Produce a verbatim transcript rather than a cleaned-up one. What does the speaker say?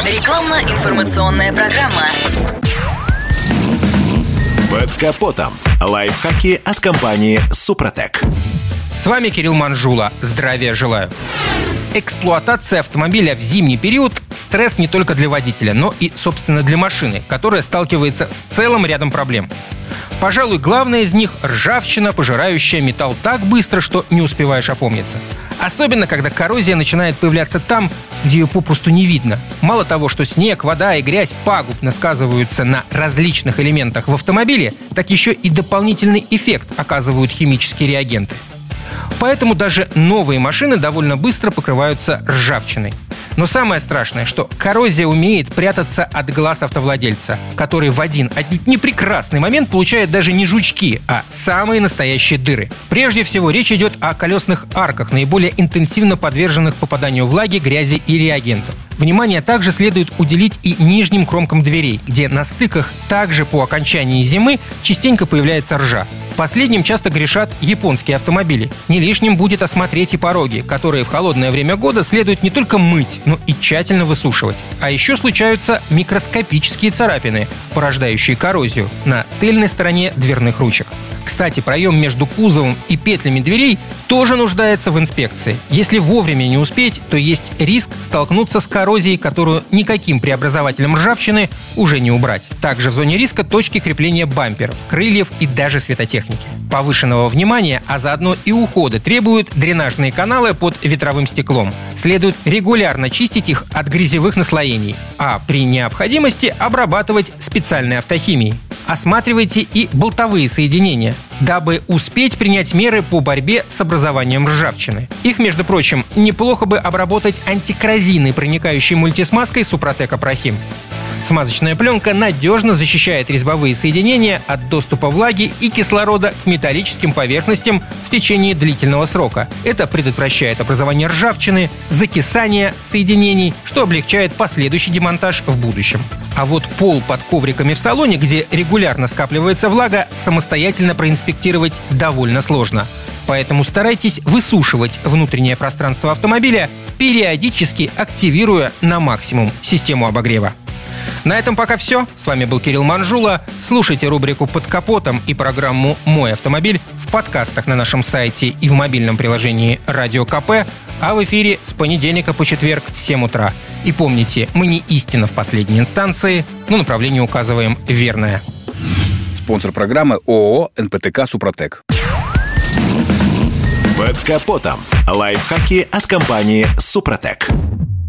Рекламно-информационная программа. Под капотом. Лайфхаки от компании «Супротек». С вами Кирилл Манжула. Здравия желаю. Эксплуатация автомобиля в зимний период – стресс не только для водителя, но и, собственно, для машины, которая сталкивается с целым рядом проблем. Пожалуй, главная из них – ржавчина, пожирающая металл так быстро, что не успеваешь опомниться. Особенно, когда коррозия начинает появляться там, где ее попросту не видно. Мало того, что снег, вода и грязь пагубно сказываются на различных элементах в автомобиле, так еще и дополнительный эффект оказывают химические реагенты. Поэтому даже новые машины довольно быстро покрываются ржавчиной. Но самое страшное, что коррозия умеет прятаться от глаз автовладельца, который в один отнюдь не прекрасный момент получает даже не жучки, а самые настоящие дыры. Прежде всего, речь идет о колесных арках, наиболее интенсивно подверженных попаданию влаги, грязи и реагентов. Внимание также следует уделить и нижним кромкам дверей, где на стыках также по окончании зимы частенько появляется ржа. Последним часто грешат японские автомобили. Не лишним будет осмотреть и пороги, которые в холодное время года следует не только мыть, но и тщательно высушивать. А еще случаются микроскопические царапины, порождающие коррозию на тыльной стороне дверных ручек. Кстати, проем между кузовом и петлями дверей тоже нуждается в инспекции. Если вовремя не успеть, то есть риск столкнуться с коррозией, которую никаким преобразователем ржавчины уже не убрать. Также в зоне риска точки крепления бамперов, крыльев и даже светотехники. Повышенного внимания, а заодно и ухода требуют дренажные каналы под ветровым стеклом. Следует регулярно чистить их от грязевых наслоений, а при необходимости обрабатывать специальной автохимией. Осматривайте и болтовые соединения, дабы успеть принять меры по борьбе с образованием ржавчины. Их, между прочим, неплохо бы обработать антикоррозийной проникающей мультисмазкой Супротек Апрахим. Смазочная пленка надежно защищает резьбовые соединения от доступа влаги и кислорода к металлическим поверхностям в течение длительного срока. Это предотвращает образование ржавчины, закисание соединений, что облегчает последующий демонтаж в будущем. А вот пол под ковриками в салоне, где регулярно скапливается влага, самостоятельно проинспектировать довольно сложно. Поэтому старайтесь высушивать внутреннее пространство автомобиля, периодически активируя на максимум систему обогрева. На этом пока все. С вами был Кирилл Манжула. Слушайте рубрику «Под капотом» и программу «Мой автомобиль» в подкастах на нашем сайте и в мобильном приложении «Радио КП», а в эфире с понедельника по четверг в семь утра. И помните, мы не истина в последней инстанции, но направление указываем верное. Спонсор программы ООО «эн пэ тэ ка Супротек». Под капотом. Лайфхаки от компании «Супротек».